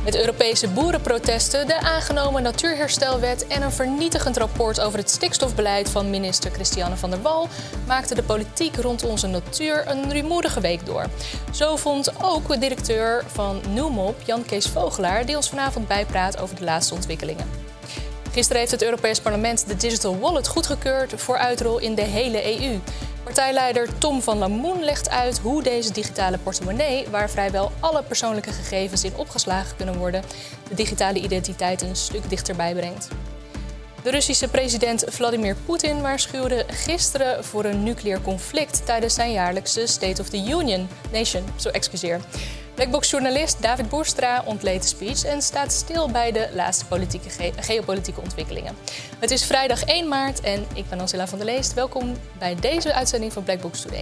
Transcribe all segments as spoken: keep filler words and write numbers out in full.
Met Europese boerenprotesten, de aangenomen natuurherstelwet en een vernietigend rapport over het stikstofbeleid van minister Christiane van der Wal maakte de politiek rond onze natuur een rumoerige week door. Zo vond ook de directeur van Newmop, Jan Kees Vogelaar, die ons vanavond bijpraat over de laatste ontwikkelingen. Gisteren heeft het Europees Parlement de Digital Wallet goedgekeurd voor uitrol in de hele E U. Partijleider Tom van Lamoen legt uit hoe deze digitale portemonnee, waar vrijwel alle persoonlijke gegevens in opgeslagen kunnen worden, de digitale identiteit een stuk dichterbij brengt. De Russische president Vladimir Poetin waarschuwde gisteren voor een nucleair conflict tijdens zijn jaarlijkse State of the Union Nation. Zo excuseer. Blackbox-journalist David Boerstra ontleed de speech en staat stil bij de laatste politieke ge- geopolitieke ontwikkelingen. Het is vrijdag één maart en ik ben Ancilla van der Leest. Welkom bij deze uitzending van Blackbox Today.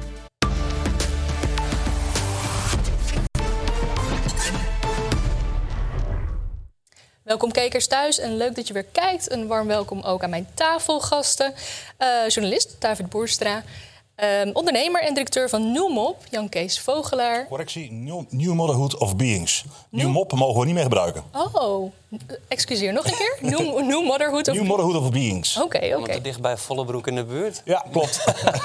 Welkom kijkers thuis en leuk dat je weer kijkt. Een warm welkom ook aan mijn tafelgasten. Uh, journalist David Boerstra. Um, ondernemer en directeur van Newmop, Jan Kees Vogelaar. Correctie, New, new Motherhood of Beings. New Mop mogen we niet meer gebruiken. Oh, excuseer, nog een keer? New, new Motherhood of New Motherhood of Beings. Oké, okay, oké. Okay. Te dicht bij Vollebroek in de buurt. Ja, klopt.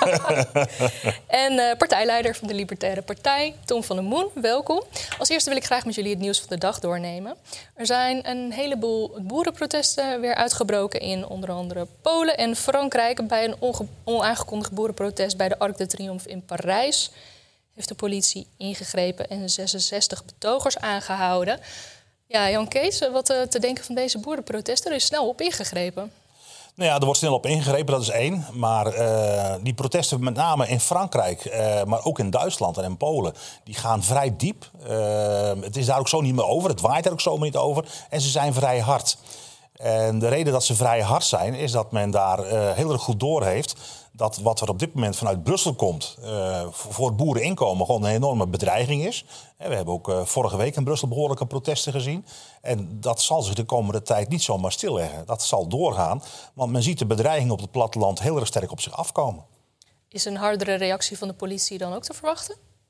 En uh, partijleider van de Libertaire Partij, Tom van Lamoen, welkom. Als eerste wil ik graag met jullie het nieuws van de dag doornemen. Er zijn een heleboel boerenprotesten weer uitgebroken in onder andere Polen en Frankrijk. Bij een onge- onaangekondigd boerenprotest bij de Arc de Triomphe in Parijs heeft de politie ingegrepen en zesenzestig betogers aangehouden. Ja, Jan Kees, wat uh, te denken van deze boerenprotesten? Er is snel op ingegrepen. Nou ja, er wordt snel op ingegrepen, dat is één. Maar uh, die protesten met name in Frankrijk, uh, maar ook in Duitsland en in Polen, die gaan vrij diep. Uh, het is daar ook zo niet meer over, het waait er ook zo niet over. En ze zijn vrij hard. En de reden dat ze vrij hard zijn, is dat men daar uh, heel erg goed door heeft dat wat er op dit moment vanuit Brussel komt uh, voor het boereninkomen gewoon een enorme bedreiging is. We hebben ook uh, vorige week in Brussel behoorlijke protesten gezien. En dat zal zich de komende tijd niet zomaar stilleggen. Dat zal doorgaan, want men ziet de bedreiging op het platteland heel erg sterk op zich afkomen. Is een hardere reactie van de politie dan ook te verwachten?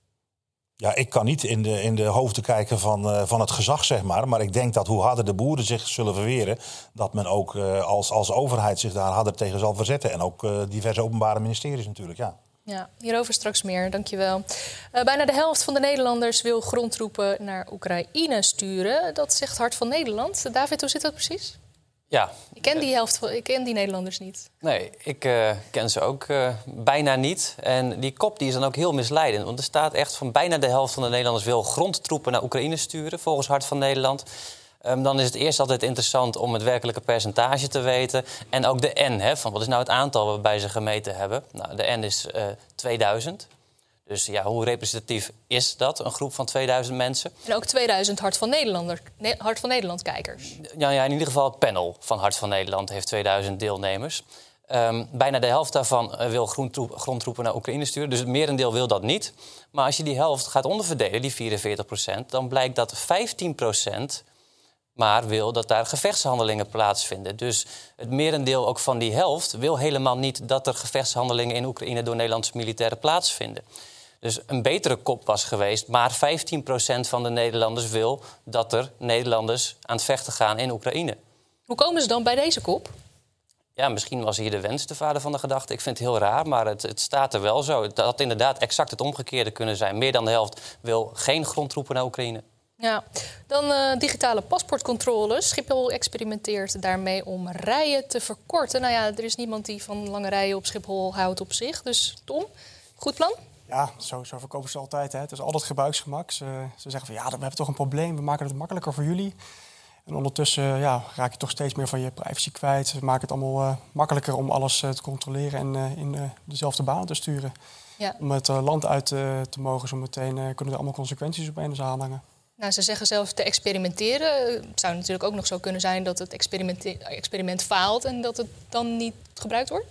Ja, ik kan niet in de, in de hoofden kijken van, uh, van het gezag, zeg maar. Maar ik denk dat hoe harder de boeren zich zullen verweren, dat men ook uh, als, als overheid zich daar harder tegen zal verzetten. En ook uh, diverse openbare ministeries natuurlijk, ja. Ja, hierover straks meer, dankjewel. Uh, bijna de helft van de Nederlanders wil grondtroepen naar Oekraïne sturen. Dat zegt Hart van Nederland. David, hoe zit dat precies? Ja. Ik ken die helft, ik ken die Nederlanders niet. Nee, ik uh, ken ze ook uh, bijna niet. En die kop die is dan ook heel misleidend. Want er staat echt van bijna de helft van de Nederlanders wil grondtroepen naar Oekraïne sturen, volgens Hart van Nederland. Um, dan is het eerst altijd interessant om het werkelijke percentage te weten. En ook de N, hè, van wat is nou het aantal waarbij ze gemeten hebben. Nou, de N is uh, tweeduizend. Dus ja, hoe representatief is dat, een groep van tweeduizend mensen? En ook tweeduizend Hart van Nederland, ne- Hart van Nederland kijkers. Ja, ja, in ieder geval het panel van Hart van Nederland heeft tweeduizend deelnemers. Um, bijna de helft daarvan uh, wil grondtroep, grondtroepen naar Oekraïne sturen. Dus het merendeel wil dat niet. Maar als je die helft gaat onderverdelen, die vierenveertig procent... dan blijkt dat vijftien procent maar wil dat daar gevechtshandelingen plaatsvinden. Dus het merendeel ook van die helft wil helemaal niet dat er gevechtshandelingen in Oekraïne door Nederlandse militairen plaatsvinden. Dus een betere kop was geweest, maar vijftien procent van de Nederlanders wil dat er Nederlanders aan het vechten gaan in Oekraïne. Hoe komen ze dan bij deze kop? Ja, misschien was hier de wens de vader van de gedachte. Ik vind het heel raar, maar het, het staat er wel zo. Het had inderdaad exact het omgekeerde kunnen zijn. Meer dan de helft wil geen grondtroepen naar Oekraïne. Ja, dan uh, digitale paspoortcontroles. Schiphol experimenteert daarmee om rijen te verkorten. Nou ja, er is niemand die van lange rijen op Schiphol houdt op zich. Dus Tom, goed plan? Ja, zo, zo verkopen ze altijd. Hè. Het is altijd gebruiksgemak. Ze, ze zeggen van ja, we hebben toch een probleem. We maken het makkelijker voor jullie. En ondertussen ja, raak je toch steeds meer van je privacy kwijt. Ze maken het allemaal uh, makkelijker om alles uh, te controleren en uh, in uh, dezelfde baan te sturen. Ja. Om het uh, land uit uh, te mogen, zo meteen uh, kunnen er allemaal consequenties op een dus aanhangen. Nou, ze zeggen zelf te experimenteren. Het zou natuurlijk ook nog zo kunnen zijn dat het experiment, experiment faalt en dat het dan niet gebruikt wordt?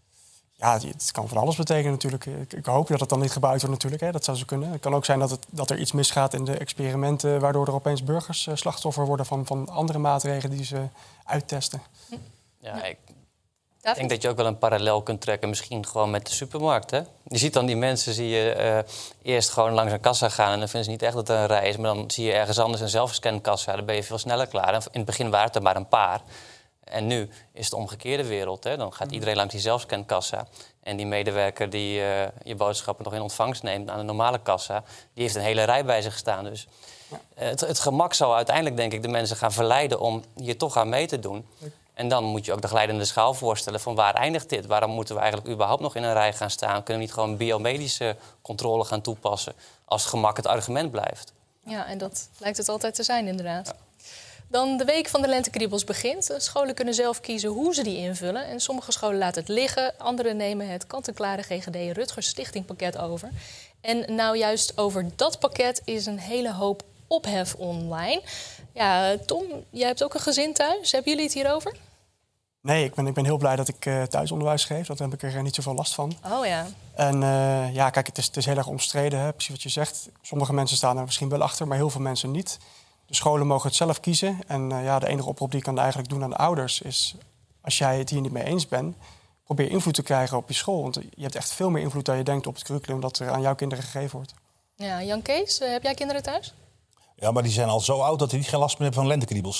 Ja, het kan van alles betekenen natuurlijk. Ik, ik hoop dat het dan niet gebruikt wordt natuurlijk. Hè. Dat zou zo kunnen. Het kan ook zijn dat, het, dat er iets misgaat in de experimenten, waardoor er opeens burgers uh, slachtoffer worden van, van andere maatregelen die ze uittesten. Ja, ik... Ik denk dat je ook wel een parallel kunt trekken, misschien gewoon met de supermarkt. Hè? Je ziet dan die mensen, zie je uh, eerst gewoon langs een kassa gaan en dan vinden ze niet echt dat er een rij is. Maar dan zie je ergens anders een zelfscankassa, dan ben je veel sneller klaar. En in het begin waren het er maar een paar. En nu is het de omgekeerde wereld. Hè? Dan gaat iedereen langs die zelfscankassa. En die medewerker die uh, je boodschappen nog in ontvangst neemt aan de normale kassa, die heeft een hele rij bij zich staan. Dus uh, het, het gemak zal uiteindelijk, denk ik, de mensen gaan verleiden om hier toch aan mee te doen. En dan moet je ook de glijdende schaal voorstellen van waar eindigt dit? Waarom moeten we eigenlijk überhaupt nog in een rij gaan staan? Kunnen we niet gewoon biomedische controle gaan toepassen als gemak het argument blijft? Ja, en dat lijkt het altijd te zijn inderdaad. Ja. Dan de week van de lentekriebels begint. Scholen kunnen zelf kiezen hoe ze die invullen. En sommige scholen laten het liggen. Anderen nemen het kant-en-klare G G D Rutgers Stichting pakket over. En nou juist over dat pakket is een hele hoop ophef online. Ja, Tom, jij hebt ook een gezin thuis. Hebben jullie het hierover? Nee, ik ben, ik ben heel blij dat ik uh, thuisonderwijs geef. Dat heb ik er niet zoveel last van. Oh ja. En uh, ja, kijk, het is, het is heel erg omstreden, hè? Precies wat je zegt. Sommige mensen staan er misschien wel achter, maar heel veel mensen niet. De scholen mogen het zelf kiezen. En uh, ja, de enige oproep die ik kan eigenlijk doen aan de ouders is, als jij het hier niet mee eens bent, probeer invloed te krijgen op je school. Want je hebt echt veel meer invloed dan je denkt op het curriculum dat er aan jouw kinderen gegeven wordt. Ja, Jan Kees, uh, heb jij kinderen thuis? Ja, maar die zijn al zo oud dat die geen last meer hebben van lentekriebels.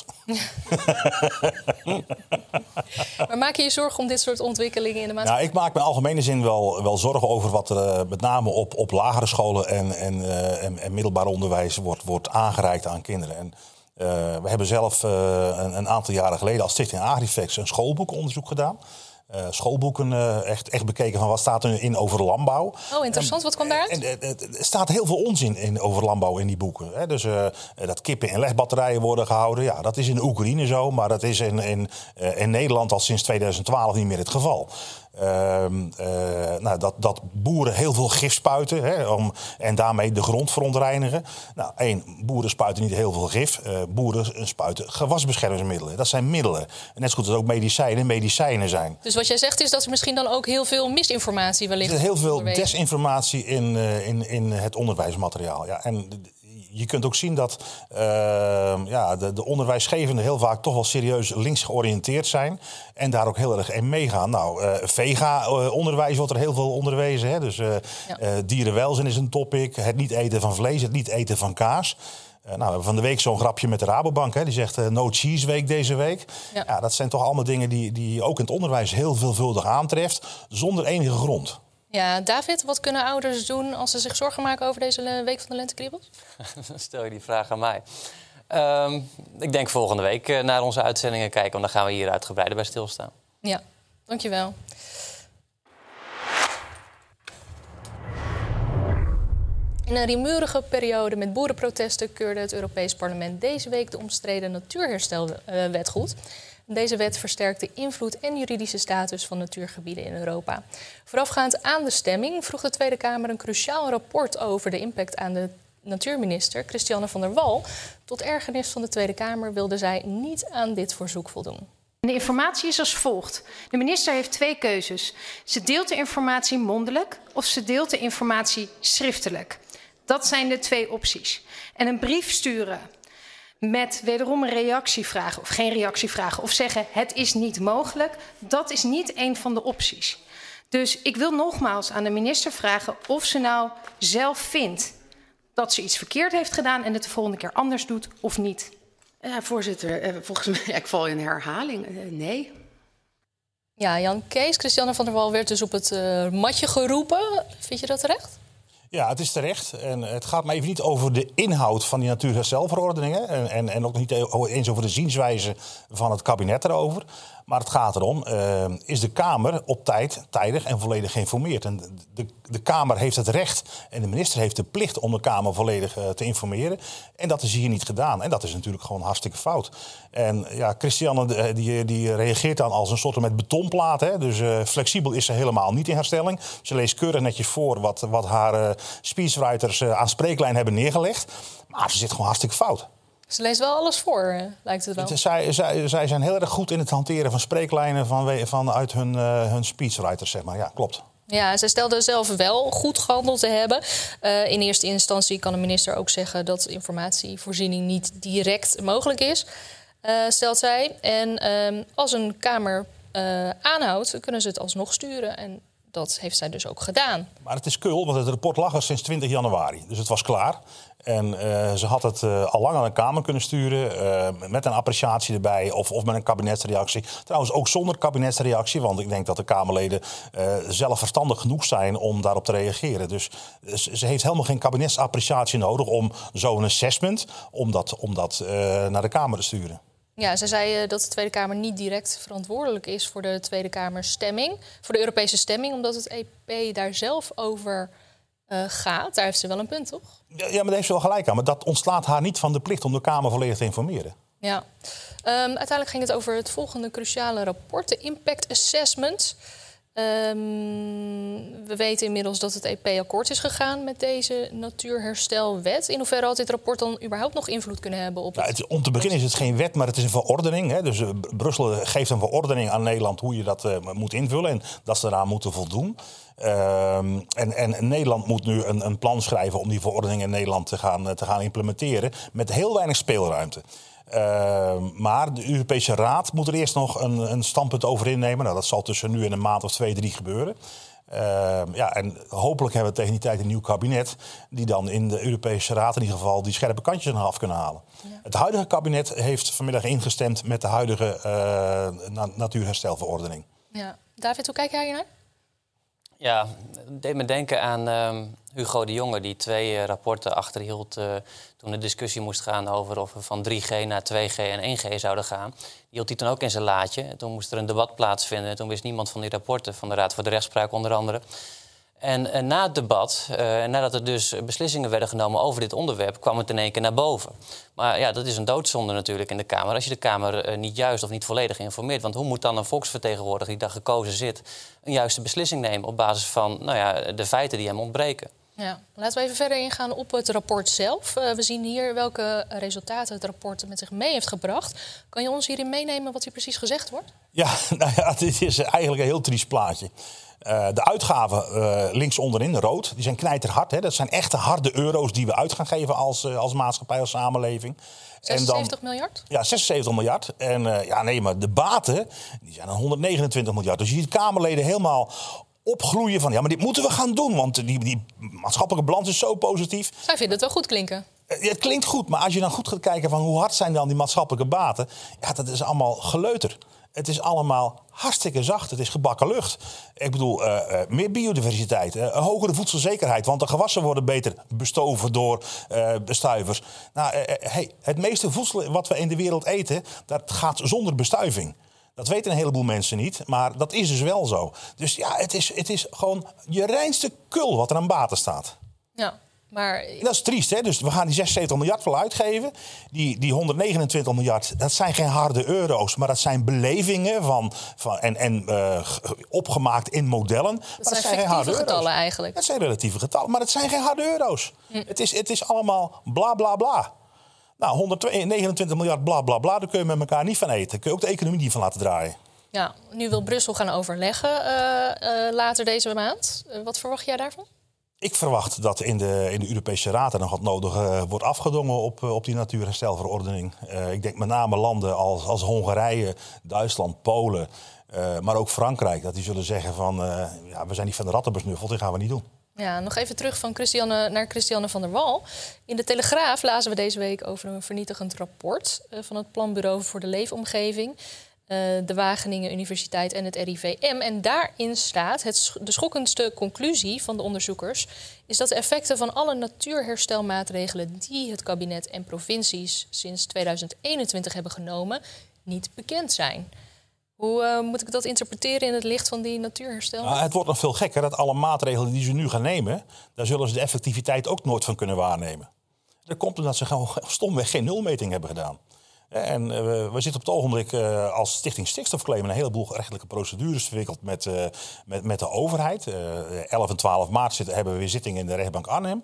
Maar maak je je zorgen om dit soort ontwikkelingen in de maatschappij? Nou, ik maak me in algemene zin wel, wel zorgen over wat er uh, met name op, op lagere scholen en, en, uh, en, en middelbaar onderwijs wordt, wordt aangereikt aan kinderen. En, uh, we hebben zelf uh, een, een aantal jaren geleden als Stichting Agrifex een schoolboekenonderzoek gedaan. Uh, schoolboeken uh, echt, echt bekeken van wat staat er in over landbouw. Oh, interessant. Wat kwam daaruit? En, en, er staat heel veel onzin in over landbouw in die boeken. Hè. Dus uh, dat kippen in legbatterijen worden gehouden. Ja, dat is in de Oekraïne zo, maar dat is in, in, uh, in Nederland al sinds tweeduizend twaalf niet meer het geval. Uh, uh, nou, dat, dat boeren heel veel gif spuiten hè, om, en daarmee de grond verontreinigen. Nou, één, boeren spuiten niet heel veel gif. Uh, boeren spuiten gewasbeschermingsmiddelen. Dat zijn middelen. En net zo goed als ook medicijnen medicijnen zijn. Dus wat jij zegt is dat er misschien dan ook heel veel misinformatie wellicht... Er is heel veel desinformatie in, uh, in, in het onderwijsmateriaal. Ja, en je kunt ook zien dat uh, ja, de, de onderwijsgevenden heel vaak toch wel serieus links georiënteerd zijn. En daar ook heel erg in meegaan. Nou, uh, vega-onderwijs wordt er heel veel onderwezen. Hè? Dus uh, ja. uh, dierenwelzijn is een topic. Het niet eten van vlees, het niet eten van kaas. Uh, nou, we hebben van de week zo'n grapje met de Rabobank. Hè? Die zegt uh, no cheese week deze week. Ja. Ja, dat zijn toch allemaal dingen die, die ook in het onderwijs heel veelvuldig aantreft. Zonder enige grond. Ja, David, wat kunnen ouders doen als ze zich zorgen maken over deze week van de lentekriebels? Dan stel je die vraag aan mij. Um, ik denk volgende week uh, naar onze uitzendingen kijken, want dan gaan we hier uitgebreider bij stilstaan. Ja, dankjewel. In een rumoerige periode met boerenprotesten keurde het Europees Parlement deze week de omstreden natuurherstelwet goed. Deze wet versterkt de invloed en juridische status van natuurgebieden in Europa. Voorafgaand aan de stemming vroeg de Tweede Kamer een cruciaal rapport over de impact aan de natuurminister Christiane van der Wal. Tot ergernis van de Tweede Kamer wilde zij niet aan dit verzoek voldoen. De informatie is als volgt. De minister heeft twee keuzes. Ze deelt de informatie mondelijk of ze deelt de informatie schriftelijk. Dat zijn de twee opties. En een brief sturen met wederom een reactievraag of geen reactievraag of zeggen het is niet mogelijk, dat is niet een van de opties. Dus ik wil nogmaals aan de minister vragen of ze nou zelf vindt dat ze iets verkeerd heeft gedaan en het de volgende keer anders doet of niet. Ja, voorzitter, volgens mij, ik val in herhaling. Nee. Ja, Jan Kees, Christiane van der Wal werd dus op het uh, matje geroepen. Vind je dat terecht? Ja, het is terecht. En het gaat me even niet over de inhoud van die natuurherstelverordeningen. En, en, en ook niet eens over de zienswijze van het kabinet erover. Maar het gaat erom, uh, is de Kamer op tijd, tijdig en volledig geïnformeerd? En de, de Kamer heeft het recht en de minister heeft de plicht om de Kamer volledig uh, te informeren. En dat is hier niet gedaan. En dat is natuurlijk gewoon hartstikke fout. En ja, Christiane die, die reageert dan als een soort met betonplaat. Hè? Dus uh, flexibel is ze helemaal niet in herstelling. Ze leest keurig netjes voor wat, wat haar uh, speechwriters uh, aan spreeklijn hebben neergelegd. Maar ze zit gewoon hartstikke fout. Ze leest wel alles voor, lijkt het wel. Zij, zij, zij zijn heel erg goed in het hanteren van spreeklijnen van, vanuit hun, uh, hun speechwriters, zeg maar. Ja, klopt. Ja, zij stelde zelf wel goed gehandeld te hebben. Uh, in eerste instantie kan de minister ook zeggen dat informatievoorziening niet direct mogelijk is, uh, stelt zij. En uh, als een Kamer uh, aanhoudt, kunnen ze het alsnog sturen. En dat heeft zij dus ook gedaan. Maar het is kul, want het rapport lag er sinds twintig januari. Dus het was klaar. En uh, ze had het uh, al lang aan de Kamer kunnen sturen. Uh, met een appreciatie erbij of, of met een kabinetsreactie. Trouwens ook zonder kabinetsreactie. Want ik denk dat de Kamerleden uh, zelf verstandig genoeg zijn om daarop te reageren. Dus uh, ze heeft helemaal geen kabinetsappreciatie nodig om zo'n assessment... om dat, om dat uh, naar de Kamer te sturen. Ja, ze zei uh, dat de Tweede Kamer niet direct verantwoordelijk is voor de Tweede Kamerstemming. Voor de Europese stemming, omdat het E P daar zelf over uh, gaat. Daar heeft ze wel een punt, toch? Ja, ja, maar daar heeft ze wel gelijk aan. Maar dat ontslaat haar niet van de plicht om de Kamer volledig te informeren. Ja. Um, uiteindelijk ging het over het volgende cruciale rapport, de Impact Assessment. Um, we weten inmiddels dat het E P akkoord is gegaan met deze natuurherstelwet. In hoeverre had dit rapport dan überhaupt nog invloed kunnen hebben op nou, het... het? Om te beginnen is het geen wet, maar het is een verordening. Hè. Dus uh, Brussel geeft een verordening aan Nederland hoe je dat uh, moet invullen en dat ze eraan moeten voldoen. Uh, en, en Nederland moet nu een, een plan schrijven om die verordening in Nederland te gaan, uh, te gaan implementeren met heel weinig speelruimte. Uh, maar de Europese Raad moet er eerst nog een, een standpunt over innemen. Nou, dat zal tussen nu en een maand of twee, drie gebeuren. Uh, ja, en hopelijk hebben we tegen die tijd een nieuw kabinet die dan in de Europese Raad in ieder geval die scherpe kantjes er af kunnen halen. Ja. Het huidige kabinet heeft vanmiddag ingestemd met de huidige uh, na- natuurherstelverordening. Ja. David, hoe kijk jij hiernaar? Ja, het deed me denken aan uh, Hugo de Jonge, die twee uh, rapporten achterhield uh, toen de discussie moest gaan over of we van drie G naar twee G en één G zouden gaan. Die hield hij toen ook in zijn laadje. En toen moest er een debat plaatsvinden. En toen wist niemand van die rapporten, van de Raad voor de Rechtspraak onder andere. En uh, na het debat, uh, nadat er dus beslissingen werden genomen over dit onderwerp, kwam het in één keer naar boven. Maar ja, dat is een doodzonde natuurlijk in de Kamer. Als je de Kamer uh, niet juist of niet volledig informeert. Want hoe moet dan een volksvertegenwoordiger die daar gekozen zit een juiste beslissing nemen op basis van nou ja, de feiten die hem ontbreken? Ja, laten we even verder ingaan op het rapport zelf. Uh, we zien hier welke resultaten het rapport met zich mee heeft gebracht. Kan je ons hierin meenemen wat hier precies gezegd wordt? Ja, nou ja, dit is eigenlijk een heel triest plaatje. Uh, de uitgaven uh, links onderin, rood, die zijn knijterhard. Hè. Dat zijn echte harde euro's die we uit gaan geven als, uh, als maatschappij, als samenleving. zesenzeventig en dan, miljard? Ja, zesenzeventig miljard. En uh, ja, nee, maar de baten die zijn dan honderdnegenentwintig miljard. Dus je ziet Kamerleden helemaal opgloeien van ja, maar dit moeten we gaan doen, want die, die maatschappelijke balans is zo positief. Zij vinden het wel goed klinken. Uh, het klinkt goed, maar als je dan goed gaat kijken van hoe hard zijn dan die maatschappelijke baten, ja, dat is allemaal geleuter. Het is allemaal hartstikke zacht. Het is gebakken lucht. Ik bedoel, uh, uh, meer biodiversiteit, uh, een hogere voedselzekerheid. Want de gewassen worden beter bestoven door uh, bestuivers. Nou, uh, hey, het meeste voedsel wat we in de wereld eten, dat gaat zonder bestuiving. Dat weten een heleboel mensen niet, maar dat is dus wel zo. Dus ja, het is, het is gewoon je reinste kul wat er aan baten staat. Ja. Maar... Dat is triest, hè? Dus we gaan die zesenzeventig miljard wel uitgeven. Die, die honderdnegenentwintig miljard, dat zijn geen harde euro's, maar dat zijn belevingen van, van, en, en uh, opgemaakt in modellen. Dat maar zijn, dat zijn geen harde getallen euro's. eigenlijk. Dat zijn relatieve getallen, maar dat zijn geen harde euro's. Hm. Het, is, het is allemaal bla bla bla. Nou, honderdnegenentwintig miljard bla bla bla, daar kun je met elkaar niet van eten. Daar kun je ook de economie niet van laten draaien. Ja, nu wil Brussel gaan overleggen uh, uh, later deze maand. Uh, wat verwacht jij daarvan? Ik verwacht dat in de, in de Europese Raad er nog wat nodig uh, wordt afgedongen op, uh, op die natuurherstelverordening. Uh, ik denk met name landen als, als Hongarije, Duitsland, Polen, uh, maar ook Frankrijk. Dat die zullen zeggen van, uh, ja, we zijn niet van de ratten besnuffeld, dit gaan we niet doen. Ja, nog even terug van Christiane naar Christiane van der Wal. In de Telegraaf lazen we deze week over een vernietigend rapport uh, van het Planbureau voor de Leefomgeving, uh, de Wageningen Universiteit en het R I V M. En daarin staat, het, de schokkendste conclusie van de onderzoekers is dat de effecten van alle natuurherstelmaatregelen die het kabinet en provincies sinds tweeduizend eenentwintig hebben genomen, niet bekend zijn. Hoe uh, moet ik dat interpreteren in het licht van die natuurherstel? Nou, het wordt nog veel gekker dat alle maatregelen die ze nu gaan nemen, daar zullen ze de effectiviteit ook nooit van kunnen waarnemen. Dat komt omdat ze gewoon stomweg geen nulmeting hebben gedaan. En uh, we zitten op het ogenblik uh, als Stichting Stikstofclaim een heleboel rechtelijke procedures verwikkeld met, uh, met, met de overheid. Uh, elf en twaalf maart zitten, hebben we weer zittingen in de rechtbank Arnhem.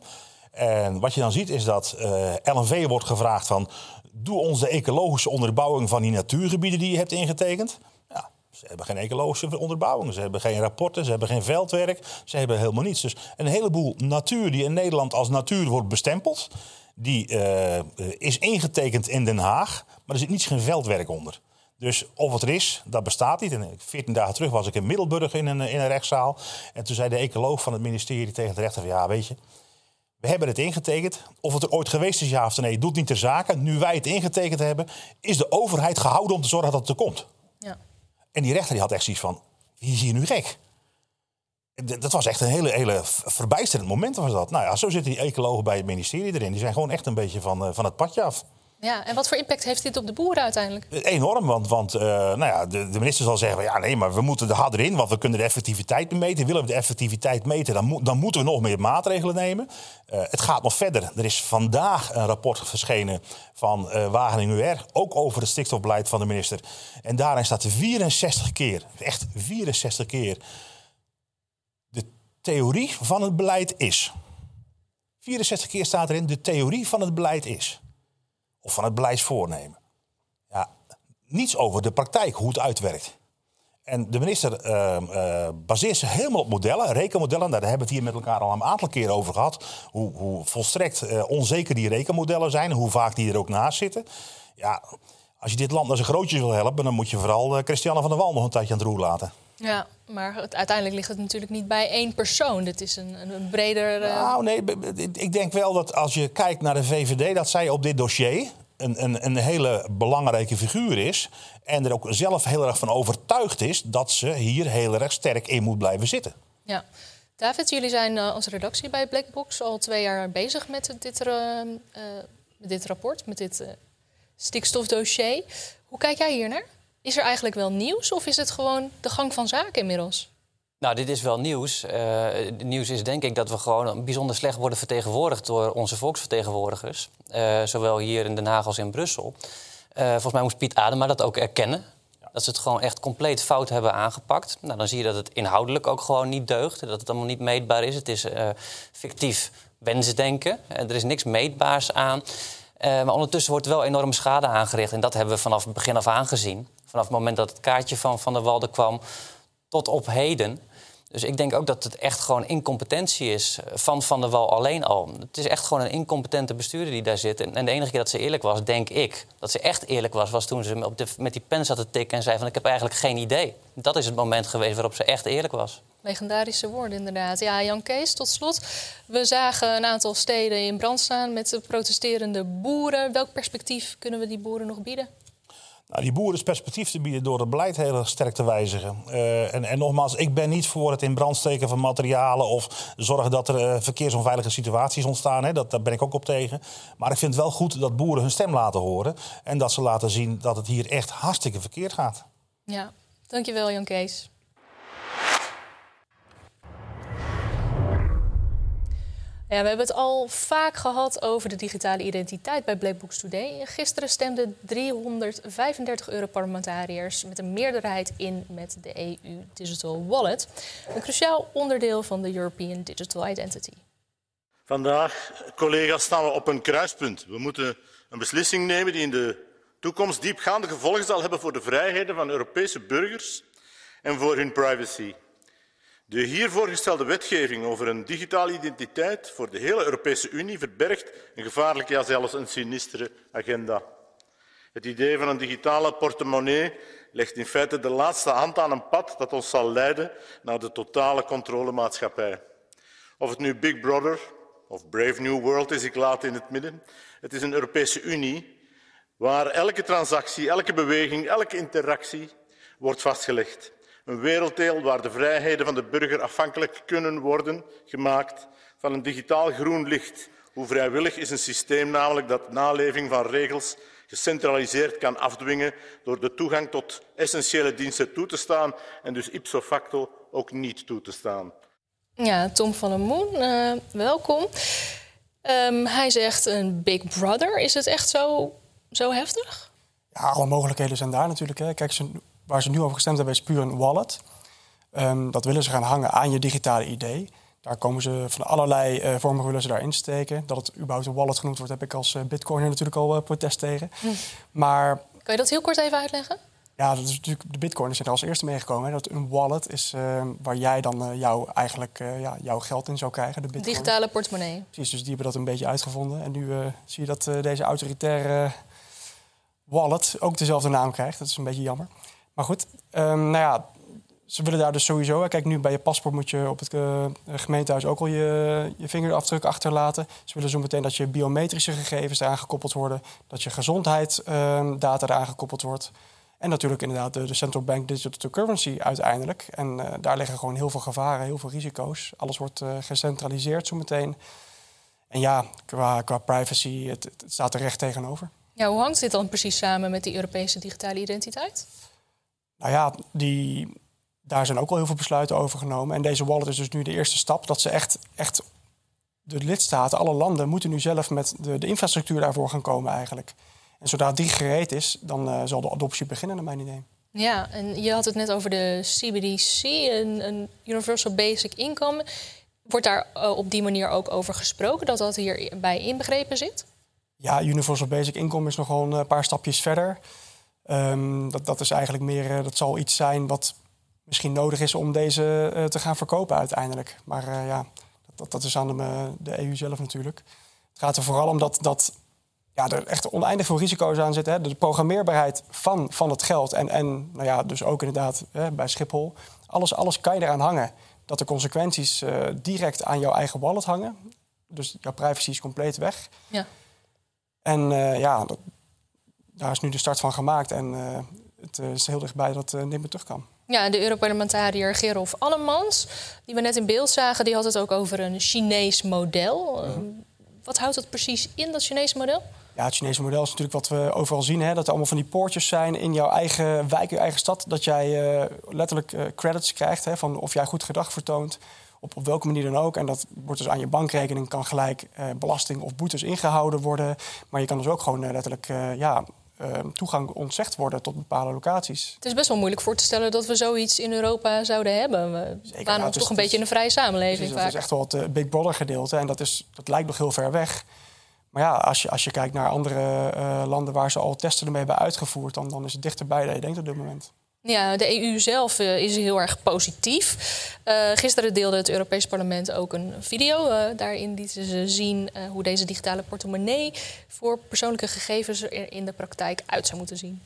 En wat je dan ziet is dat uh, L N V wordt gevraagd van, doe ons de ecologische onderbouwing van die natuurgebieden die je hebt ingetekend. Ja, ze hebben geen ecologische onderbouwing, ze hebben geen rapporten, ze hebben geen veldwerk, ze hebben helemaal niets. Dus een heleboel natuur die in Nederland als natuur wordt bestempeld, die uh, is ingetekend in Den Haag, maar er zit niets geen veldwerk onder. Dus of het er is, dat bestaat niet. En veertien dagen terug was ik in Middelburg in een, in een rechtszaal. En toen zei de ecoloog van het ministerie tegen de rechter... ja, weet je, we hebben het ingetekend. Of het er ooit geweest is, ja of nee, doet niet ter zake. Nu wij het ingetekend hebben, is de overheid gehouden om te zorgen dat het er komt. Ja. En die rechter die had echt zoiets van, wie is hier nu gek? Dat was echt een hele, hele verbijsterend moment. Was dat. Nou ja, zo zitten die ecologen bij het ministerie erin. Die zijn gewoon echt een beetje van, van het padje af. Ja, en wat voor impact heeft dit op de boeren uiteindelijk? Enorm, want, want uh, nou ja, de, de minister zal zeggen... ja, nee, maar we moeten er harder in, want we kunnen de effectiviteit meten. Willen we de effectiviteit meten, dan, mo- dan moeten we nog meer maatregelen nemen. Uh, het gaat nog verder. Er is vandaag een rapport verschenen van uh, Wageningen U R... ook over het stikstofbeleid van de minister. En daarin staat vierenzestig keer, echt vierenzestig keer... de theorie van het beleid is. vierenzestig keer staat erin, de theorie van het beleid is... of van het beleidsvoornemen. Ja, niets over de praktijk, hoe het uitwerkt. En de minister uh, uh, baseert zich helemaal op modellen, rekenmodellen. Daar hebben we het hier met elkaar al een aantal keren over gehad. Hoe, hoe volstrekt uh, onzeker die rekenmodellen zijn en hoe vaak die er ook naast zitten. Ja, als je dit land naar zijn grootjes wil helpen... dan moet je vooral uh, Christiane van der Wal nog een tijdje aan het roer laten. Ja, maar het, uiteindelijk ligt het natuurlijk niet bij één persoon. Dit is een, een breder... Uh... Nou, nee, ik denk wel dat als je kijkt naar de V V D... dat zij op dit dossier een, een, een hele belangrijke figuur is... en er ook zelf heel erg van overtuigd is... dat ze hier heel erg sterk in moet blijven zitten. Ja. David, jullie zijn uh, als redactie bij Blackbox al twee jaar bezig met dit, uh, uh, dit rapport... met dit uh, stikstofdossier. Hoe kijk jij hier naar? Is er eigenlijk wel nieuws of is het gewoon de gang van zaken inmiddels? Nou, dit is wel nieuws. Uh, nieuws is denk ik dat we gewoon bijzonder slecht worden vertegenwoordigd... door onze volksvertegenwoordigers. Uh, zowel hier in Den Haag als in Brussel. Uh, volgens mij moest Piet Adema dat ook erkennen. Ja. Dat ze het gewoon echt compleet fout hebben aangepakt. Nou, dan zie je dat het inhoudelijk ook gewoon niet deugt. Dat het allemaal niet meetbaar is. Het is uh, fictief wensdenken. Uh, er is niks meetbaars aan. Uh, maar ondertussen wordt wel enorme schade aangericht. En dat hebben we vanaf het begin af aan gezien. Vanaf het moment dat het kaartje van Van der Walde kwam tot op heden. Dus ik denk ook dat het echt gewoon incompetentie is van Van der Wal alleen al. Het is echt gewoon een incompetente bestuurder die daar zit. En de enige keer dat ze eerlijk was, denk ik... dat ze echt eerlijk was, was toen ze op de, met die pen zat te tikken... en zei van ik heb eigenlijk geen idee. Dat is het moment geweest waarop ze echt eerlijk was. Legendarische woorden, inderdaad. Ja, Jan Kees, tot slot. We zagen een aantal steden in brand staan met protesterende boeren. Welk perspectief kunnen we die boeren nog bieden? Nou, die boeren is perspectief te bieden door het beleid heel erg sterk te wijzigen. Uh, en, en nogmaals, ik ben niet voor het in brand steken van materialen... of zorgen dat er uh, verkeersonveilige situaties ontstaan. Hè. Dat, daar ben ik ook op tegen. Maar ik vind het wel goed dat boeren hun stem laten horen... en dat ze laten zien dat het hier echt hartstikke verkeerd gaat. Ja, dankjewel Jan Kees. Ja, we hebben het al vaak gehad over de digitale identiteit bij Blackbox Today. Gisteren stemden driehonderdvijfendertig Europarlementariërs met een meerderheid in met de E U Digital Wallet. Een cruciaal onderdeel van de European Digital Identity. Vandaag, collega's, staan we op een kruispunt. We moeten een beslissing nemen die in de toekomst diepgaande gevolgen zal hebben voor de vrijheden van Europese burgers en voor hun privacy. De hier voorgestelde wetgeving over een digitale identiteit voor de hele Europese Unie verbergt een gevaarlijke, ja zelfs een sinistere agenda. Het idee van een digitale portemonnee legt in feite de laatste hand aan een pad dat ons zal leiden naar de totale controlemaatschappij. Of het nu Big Brother of Brave New World is, ik laat in het midden. Het is een Europese Unie waar elke transactie, elke beweging, elke interactie wordt vastgelegd. Een werelddeel waar de vrijheden van de burger afhankelijk kunnen worden gemaakt van een digitaal groen licht. Hoe vrijwillig is een systeem namelijk dat naleving van regels gecentraliseerd kan afdwingen door de toegang tot essentiële diensten toe te staan en dus ipso facto ook niet toe te staan. Ja, Tom van der Moen, uh, welkom. Um, hij zegt een Big Brother. Is het echt zo, zo heftig? Ja, alle mogelijkheden zijn daar natuurlijk. Hè. Kijk, ze, waar ze nu over gestemd hebben is puur een wallet. Um, dat willen ze gaan hangen aan je digitale I D. Daar komen ze van allerlei uh, vormen willen ze daarin steken. Dat het überhaupt een wallet genoemd wordt, heb ik als uh, bitcoiner natuurlijk al uh, protest tegen. Hm. Maar kan je dat heel kort even uitleggen? Ja, dat is natuurlijk, de bitcoiners zijn er als eerste meegekomen. Hè. Dat een wallet is uh, waar jij dan uh, jou, eigenlijk, uh, ja, jouw geld in zou krijgen. De bitcoin. Digitale portemonnee. Precies, dus die hebben dat een beetje uitgevonden. En nu uh, zie je dat uh, deze autoritaire wallet ook dezelfde naam krijgt. Dat is een beetje jammer. Maar goed, um, nou ja, ze willen daar dus sowieso... Kijk, nu bij je paspoort moet je op het uh, gemeentehuis ook al je, je vingerafdruk achterlaten. Ze willen zo meteen dat je biometrische gegevens eraan gekoppeld worden. Dat je gezondheidsdata uh, eraan gekoppeld wordt. En natuurlijk inderdaad de, de Central Bank Digital Currency uiteindelijk. En uh, daar liggen gewoon heel veel gevaren, heel veel risico's. Alles wordt uh, gecentraliseerd zo meteen. En ja, qua, qua privacy, het, het staat er recht tegenover. Ja, hoe hangt dit dan precies samen met die Europese digitale identiteit? Nou ja, die, daar zijn ook al heel veel besluiten over genomen. En deze wallet is dus nu de eerste stap dat ze echt, echt de lidstaten, alle landen, moeten nu zelf met de, de infrastructuur daarvoor gaan komen eigenlijk. En zodra die gereed is, dan uh, zal de adoptie beginnen, naar mijn idee. Ja, en je had het net over de C B D C, een, een Universal Basic Income. Wordt daar uh, op die manier ook over gesproken, dat dat hierbij inbegrepen zit? Ja, Universal Basic Income is nog wel een paar stapjes verder. Um, dat, dat is eigenlijk meer, uh, dat zal iets zijn wat misschien nodig is om deze uh, te gaan verkopen uiteindelijk. Maar uh, ja, dat, dat is aan de, de E U zelf natuurlijk. Het gaat er vooral om dat, dat ja, er echt oneindig veel risico's aan zitten. Hè. De programmeerbaarheid van, van het geld en, en nou ja, dus ook inderdaad hè, bij Schiphol. Alles, alles kan je eraan hangen. Dat de consequenties uh, direct aan jouw eigen wallet hangen. Dus jouw privacy is compleet weg. Ja. En uh, ja, dat, daar is nu de start van gemaakt. En uh, het uh, is heel dichtbij dat het uh, niet meer terug kan. Ja, de Europarlementariër Gerolf Annemans, die we net in beeld zagen, die had het ook over een Chinees model. Uh, mm-hmm. Wat houdt dat precies in, dat Chinese model? Ja, het Chinese model is natuurlijk wat we overal zien. Hè? Dat er allemaal van die poortjes zijn in jouw eigen wijk, je eigen stad. Dat jij uh, letterlijk uh, credits krijgt, hè, van of jij goed gedrag vertoont. Op, op welke manier dan ook. En dat wordt dus aan je bankrekening, kan gelijk uh, belasting of boetes ingehouden worden. Maar je kan dus ook gewoon uh, letterlijk uh, ja, uh, toegang ontzegd worden tot bepaalde locaties. Het is best wel moeilijk voor te stellen dat we zoiets in Europa zouden hebben. We Zeker, waren nou, toch is, een beetje in een vrije samenleving. Dat is echt wel het uh, Big Brother gedeelte. En dat, is, dat lijkt nog heel ver weg. Maar ja, als je, als je kijkt naar andere uh, landen waar ze al testen ermee hebben uitgevoerd, dan, dan is het dichterbij dan je denkt op dit moment. Ja, de E U zelf uh, is heel erg positief. Uh, gisteren deelde het Europees Parlement ook een video. Uh, daarin lieten ze zien uh, hoe deze digitale portemonnee voor persoonlijke gegevens er in de praktijk uit zou moeten zien.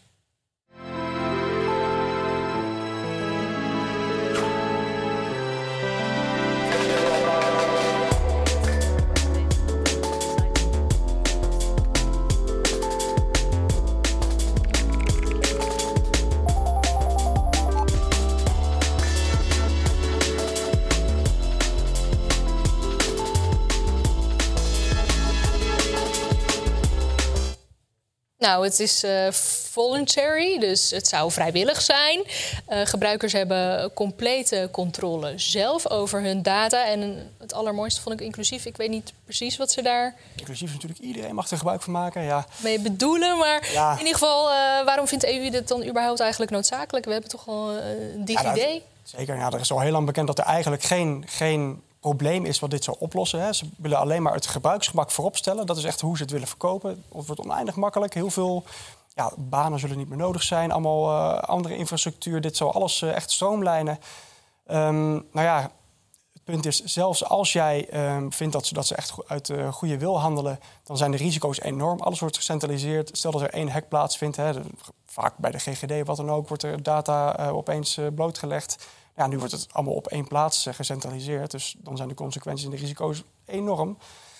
Nou, het is uh, voluntary, dus het zou vrijwillig zijn. Uh, gebruikers hebben complete controle zelf over hun data. En het allermooiste vond ik inclusief. Ik weet niet precies wat ze daar... Inclusief natuurlijk, iedereen mag er gebruik van maken, ja. Mee bedoelen, maar ja. in ieder geval, uh, waarom vindt de E U dit dan überhaupt eigenlijk noodzakelijk? We hebben toch al uh, een DigiD? Ja, dat, zeker, ja, er is al heel lang bekend dat er eigenlijk geen... geen probleem is wat dit zou oplossen. Hè. Ze willen alleen maar het gebruiksgemak voorop stellen. Dat is echt hoe ze het willen verkopen. Het wordt oneindig makkelijk. Heel veel ja, banen zullen niet meer nodig zijn. Allemaal uh, andere infrastructuur. Dit zou alles uh, echt stroomlijnen. Um, nou ja, het punt is, zelfs als jij um, vindt dat ze, dat ze echt uit uh, goede wil handelen, dan zijn de risico's enorm. Alles wordt gecentraliseerd. Stel dat er één hack plaatsvindt, hè, de, vaak bij de G G D, wat dan ook, wordt er data uh, opeens uh, blootgelegd. Ja, nu wordt het allemaal op één plaats uh, gecentraliseerd. Dus dan zijn de consequenties en de risico's enorm.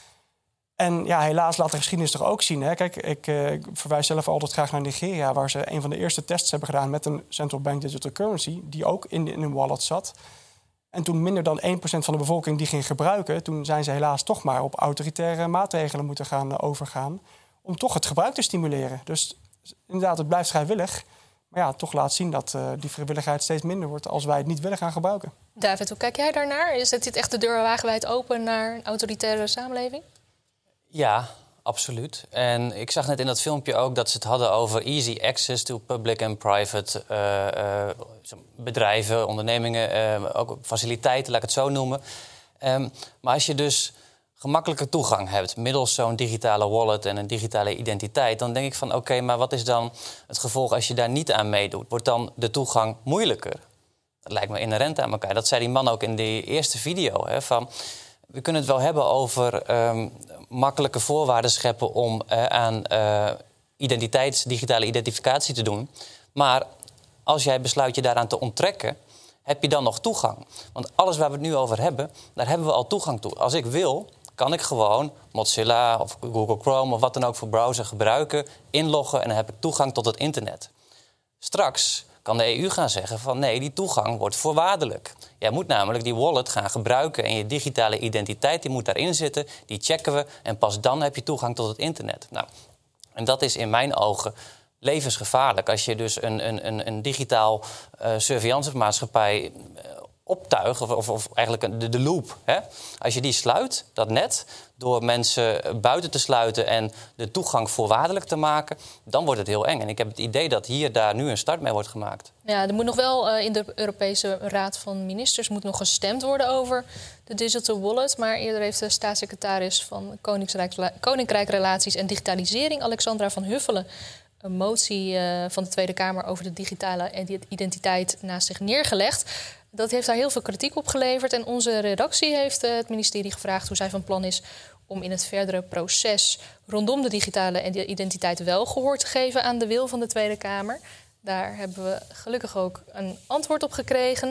En ja, helaas laat de geschiedenis toch ook zien. Hè? Kijk, ik, uh, ik verwijs zelf altijd graag naar Nigeria, waar ze een van de eerste tests hebben gedaan met een Central Bank Digital Currency, die ook in, in een wallet zat. En toen minder dan één procent van de bevolking die ging gebruiken, toen zijn ze helaas toch maar op autoritaire maatregelen moeten gaan uh, overgaan om toch het gebruik te stimuleren. Dus inderdaad, het blijft vrijwillig. Maar ja, toch laat zien dat uh, die vrijwilligheid steeds minder wordt als wij het niet willen gaan gebruiken. David, hoe kijk jij daarnaar? Is dit echt de deur wagenwijd open naar een autoritaire samenleving? Ja, absoluut. En ik zag net in dat filmpje ook dat ze het hadden over easy access to public and private uh, uh, bedrijven, ondernemingen, uh, ook faciliteiten, laat ik het zo noemen. Um, maar als je dus gemakkelijke toegang hebt middels zo'n digitale wallet en een digitale identiteit, dan denk ik van oké, okay, maar wat is dan het gevolg als je daar niet aan meedoet? Wordt dan de toegang moeilijker? Dat lijkt me inherent aan elkaar. Dat zei die man ook in die eerste video. Hè, van, we kunnen het wel hebben over um, makkelijke voorwaarden scheppen om uh, aan uh, identiteits, digitale identificatie te doen. Maar als jij besluit je daaraan te onttrekken, heb je dan nog toegang? Want alles waar we het nu over hebben, daar hebben we al toegang toe. Als ik wil, kan ik gewoon Mozilla of Google Chrome of wat dan ook voor browser gebruiken, inloggen en dan heb ik toegang tot het internet. Straks kan de E U gaan zeggen van nee, die toegang wordt voorwaardelijk. Jij moet namelijk die wallet gaan gebruiken en je digitale identiteit die moet daarin zitten, die checken we en pas dan heb je toegang tot het internet. Nou, en dat is in mijn ogen levensgevaarlijk. Als je dus een, een, een, een digitaal uh, surveillancemaatschappij uh, optuigt, of, of, of eigenlijk de, de loop, hè? Als je die sluit, dat net, door mensen buiten te sluiten en de toegang voorwaardelijk te maken, dan wordt het heel eng. En ik heb het idee dat hier daar nu een start mee wordt gemaakt. Ja, er moet nog wel uh, in de Europese Raad van Ministers moet nog gestemd worden over de digital wallet. Maar eerder heeft de staatssecretaris van Koninkrijk, Koninkrijkrelaties en Digitalisering, Alexandra van Huffelen, een motie uh, van de Tweede Kamer over de digitale identiteit naast zich neergelegd. Dat heeft daar heel veel kritiek op geleverd. En onze redactie heeft uh, het ministerie gevraagd hoe zij van plan is om in het verdere proces rondom de digitale identiteit wel gehoor te geven aan de wil van de Tweede Kamer. Daar hebben we gelukkig ook een antwoord op gekregen.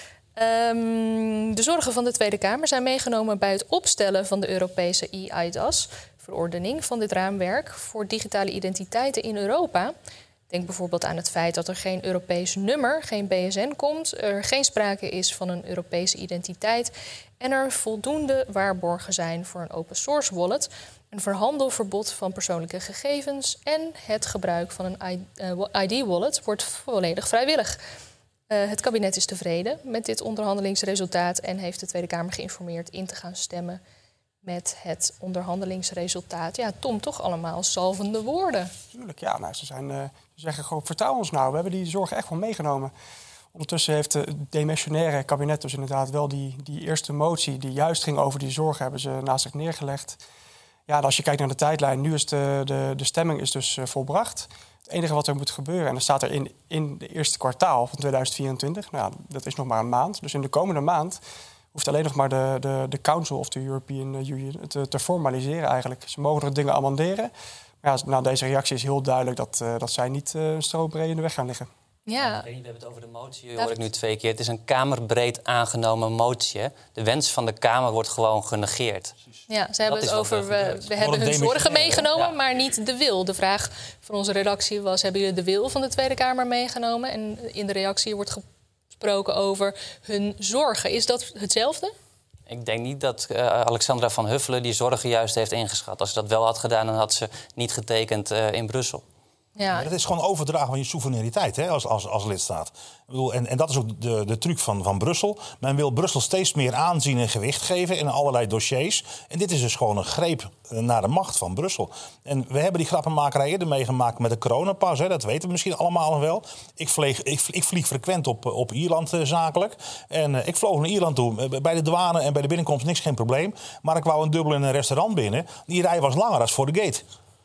Um, de zorgen van de Tweede Kamer zijn meegenomen bij het opstellen van de Europese e I D A S-verordening van dit raamwerk voor digitale identiteiten in Europa. Denk bijvoorbeeld aan het feit dat er geen Europees nummer, geen B S N komt, er geen sprake is van een Europese identiteit en er voldoende waarborgen zijn voor een open source wallet, een verhandelverbod van persoonlijke gegevens en het gebruik van een I D-wallet wordt volledig vrijwillig. Uh, het kabinet is tevreden met dit onderhandelingsresultaat en heeft de Tweede Kamer geïnformeerd in te gaan stemmen met het onderhandelingsresultaat. Ja, Tom, toch allemaal zalvende woorden. Tuurlijk, ja. Nou, ze, zijn, uh, ze zeggen gewoon, vertrouw ons nou. We hebben die zorgen echt wel meegenomen. Ondertussen heeft het demissionaire kabinet dus inderdaad wel die, die eerste motie die juist ging over die zorgen, hebben ze naast zich neergelegd. Ja, als je kijkt naar de tijdlijn, nu is de, de, de stemming is dus uh, volbracht. Het enige wat er moet gebeuren, en dat staat er in, in de eerste kwartaal van tweeduizend vierentwintig, nou, dat is nog maar een maand. Dus in de komende maand hoeft alleen nog maar de, de, de Council of the European Union te, te formaliseren eigenlijk. Ze mogen er dingen amenderen. Maar ja, nou, deze reactie is heel duidelijk dat, uh, dat zij niet uh, strobreed in de weg gaan liggen. Ja. We hebben het over de motie, hoor ik nu twee keer. Het is een kamerbreed aangenomen motie. Hè? De wens van de Kamer wordt gewoon genegeerd. Ja, ze hebben het over, we, we hebben hun zorgen meegenomen, ja, maar niet de wil. De vraag van onze redactie was, hebben jullie de wil van de Tweede Kamer meegenomen? En in de reactie wordt gesproken over hun zorgen. Is dat hetzelfde? Ik denk niet dat uh, Alexandra van Huffelen die zorgen juist heeft ingeschat. Als ze dat wel had gedaan, dan had ze niet getekend uh, in Brussel. Ja. Dat is gewoon overdragen van je soevereiniteit, hè, als, als, als lidstaat. Ik bedoel, en, en dat is ook de, de truc van, van Brussel. Men wil Brussel steeds meer aanzien en gewicht geven in allerlei dossiers. En dit is dus gewoon een greep naar de macht van Brussel. En we hebben die grappenmakerij eerder meegemaakt met de coronapas. Hè, dat weten we misschien allemaal nog wel. Ik vlieg, ik, ik vlieg frequent op, op Ierland uh, zakelijk. En uh, ik vloog naar Ierland toe. Bij de douane en bij de binnenkomst niks, geen probleem. Maar ik wou een dubbel in een restaurant binnen. Die rij was langer dan voor de gate.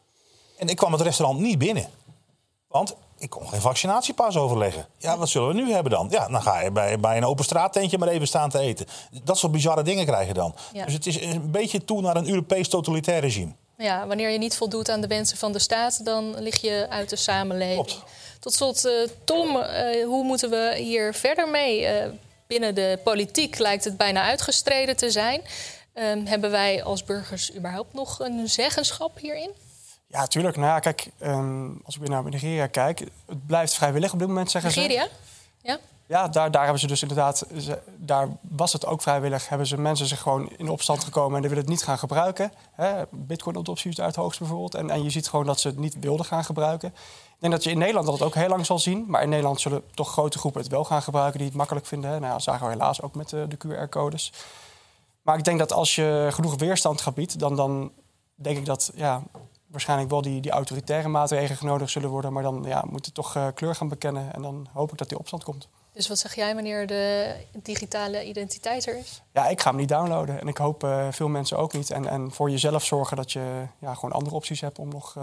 En ik kwam het restaurant niet binnen. Want ik kon geen vaccinatiepas overleggen. Ja, wat zullen we nu hebben dan? Ja, dan ga je bij, bij een open straattentje maar even staan te eten. Dat soort bizarre dingen krijg je dan. Ja. Dus het is een beetje toe naar een Europees totalitair regime. Ja, wanneer je niet voldoet aan de wensen van de staat, dan lig je uit de samenleving. Klopt. Tot slot, uh, Tom, uh, hoe moeten we hier verder mee? Uh, binnen de politiek lijkt het bijna uitgestreden te zijn. Uh, hebben wij als burgers überhaupt nog een zeggenschap hierin? Ja, tuurlijk. Nou ja, kijk, um, als ik weer naar Nigeria kijk, het blijft vrijwillig op dit moment, zeggen ze. Nigeria? Ja. Ja, daar, daar hebben ze dus inderdaad, ze, daar was het ook vrijwillig. Hebben ze mensen zich gewoon in opstand gekomen en die willen het niet gaan gebruiken. Bitcoin-adoptie is uit het hoogst bijvoorbeeld. En, en je ziet gewoon dat ze het niet wilden gaan gebruiken. Ik denk dat je in Nederland dat het ook heel lang zal zien. Maar in Nederland zullen toch grote groepen het wel gaan gebruiken die het makkelijk vinden. Hè. Nou, dat zagen we helaas ook met de, de Q R-codes. Maar ik denk dat als je genoeg weerstand gaat bieden, dan, dan denk ik dat ja, waarschijnlijk wel die, die autoritaire maatregelen genodigd zullen worden. Maar dan ja, moet het toch uh, kleur gaan bekennen. En dan hoop ik dat die opstand komt. Dus wat zeg jij wanneer de digitale identiteit er is? Ja, ik ga hem niet downloaden. En ik hoop uh, veel mensen ook niet. En, en voor jezelf zorgen dat je ja, gewoon andere opties hebt om nog uh,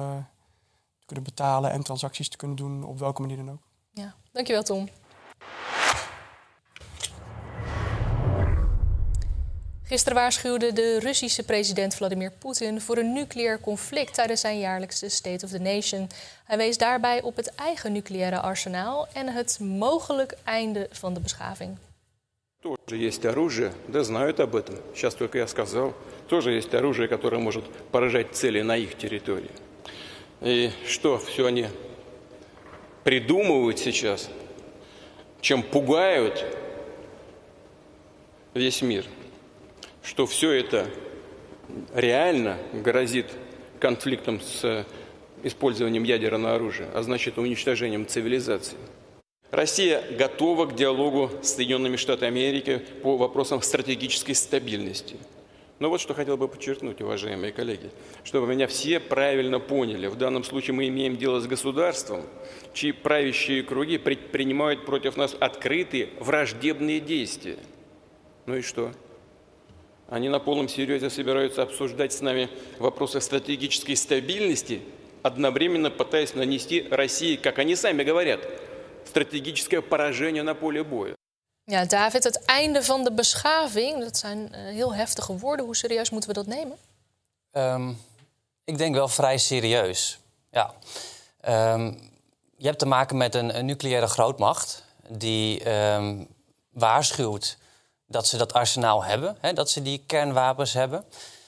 te kunnen betalen en transacties te kunnen doen op welke manier dan ook. Ja, dankjewel Tom. Gisteren waarschuwde de Russische president Vladimir Poetin voor een nucleair conflict tijdens zijn jaarlijkse State of the Nation. Hij wees daarbij op het eigen nucleaire arsenaal en het mogelijk einde van de beschaving. Тоже есть оружие, да знают об этом. Сейчас только я сказал. Тоже есть оружие, которое может поражать цели на их территории. И что все они придумывают сейчас, чем пугают весь мир, что все это реально грозит конфликтом с использованием ядерного оружия, а значит уничтожением цивилизации. Россия готова к диалогу с Соединенными Штатами Америки по вопросам стратегической стабильности. Но вот что хотел бы подчеркнуть, уважаемые коллеги, чтобы меня все правильно поняли. В данном случае мы имеем дело с государством, чьи правящие круги предпринимают против нас открытые враждебные действия. Ну и что? Они на полном серьезе собираются обсуждать с нами вопросы стратегической стабильности, одновременно пытаясь нанести России, как они сами говорят, strategische поражение на поле боя. Ja, David, het einde van de beschaving, dat zijn uh, heel heftige woorden. Hoe serieus moeten we dat nemen? Um, ik denk wel vrij serieus, ja. Um, je hebt te maken met een, een nucleaire grootmacht die um, waarschuwt dat ze dat arsenaal hebben, hè, dat ze die kernwapens hebben.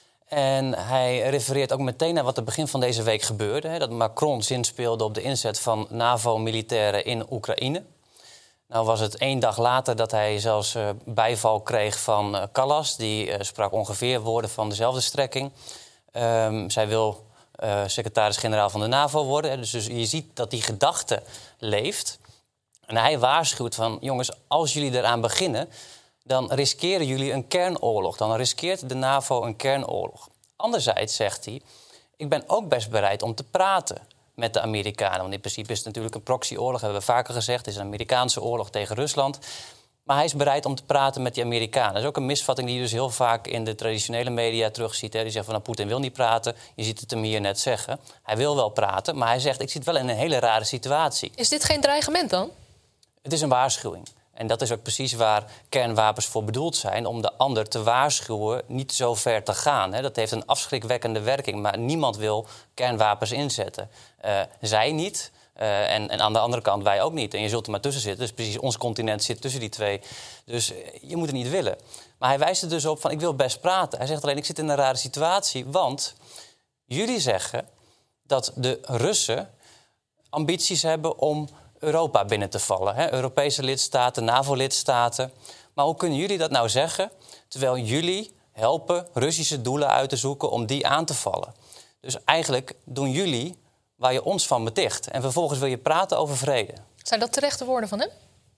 En hij refereert ook meteen naar wat er begin van deze week gebeurde. Hè, dat Macron zinspeelde op de inzet van NAVO-militairen in Oekraïne. Nou was het één dag later dat hij zelfs uh, bijval kreeg van uh, Callas. Die uh, sprak ongeveer woorden van dezelfde strekking. Um, zij wil uh, secretaris-generaal van de NAVO worden. Hè, dus, dus je ziet dat die gedachte leeft. En hij waarschuwt van, jongens, als jullie eraan beginnen, dan riskeren jullie een kernoorlog. Dan riskeert de NAVO een kernoorlog. Anderzijds zegt hij, ik ben ook best bereid om te praten met de Amerikanen. Want in principe is het natuurlijk een proxyoorlog, hebben we vaker gezegd. Het is een Amerikaanse oorlog tegen Rusland. Maar hij is bereid om te praten met die Amerikanen. Dat is ook een misvatting die je dus heel vaak in de traditionele media terugziet. Hè. Die zegt van, nou, Poetin wil niet praten. Je ziet het hem hier net zeggen. Hij wil wel praten, maar hij zegt, ik zit wel in een hele rare situatie. Is dit geen dreigement dan? Het is een waarschuwing. En dat is ook precies waar kernwapens voor bedoeld zijn, om de ander te waarschuwen niet zo ver te gaan. Hè. Dat heeft een afschrikwekkende werking, maar niemand wil kernwapens inzetten. Uh, zij niet, uh, en, en aan de andere kant wij ook niet. En je zult er maar tussen zitten. Dus precies ons continent zit tussen die twee. Dus uh, je moet het niet willen. Maar hij wijst er dus op van, ik wil best praten. Hij zegt alleen, ik zit in een rare situatie, want jullie zeggen dat de Russen ambities hebben om Europa binnen te vallen. Hè? Europese lidstaten, NAVO-lidstaten. Maar hoe kunnen jullie dat nou zeggen, terwijl jullie helpen Russische doelen uit te zoeken om die aan te vallen? Dus eigenlijk doen jullie waar je ons van beticht. En vervolgens wil je praten over vrede. Zijn dat terechte woorden van hem?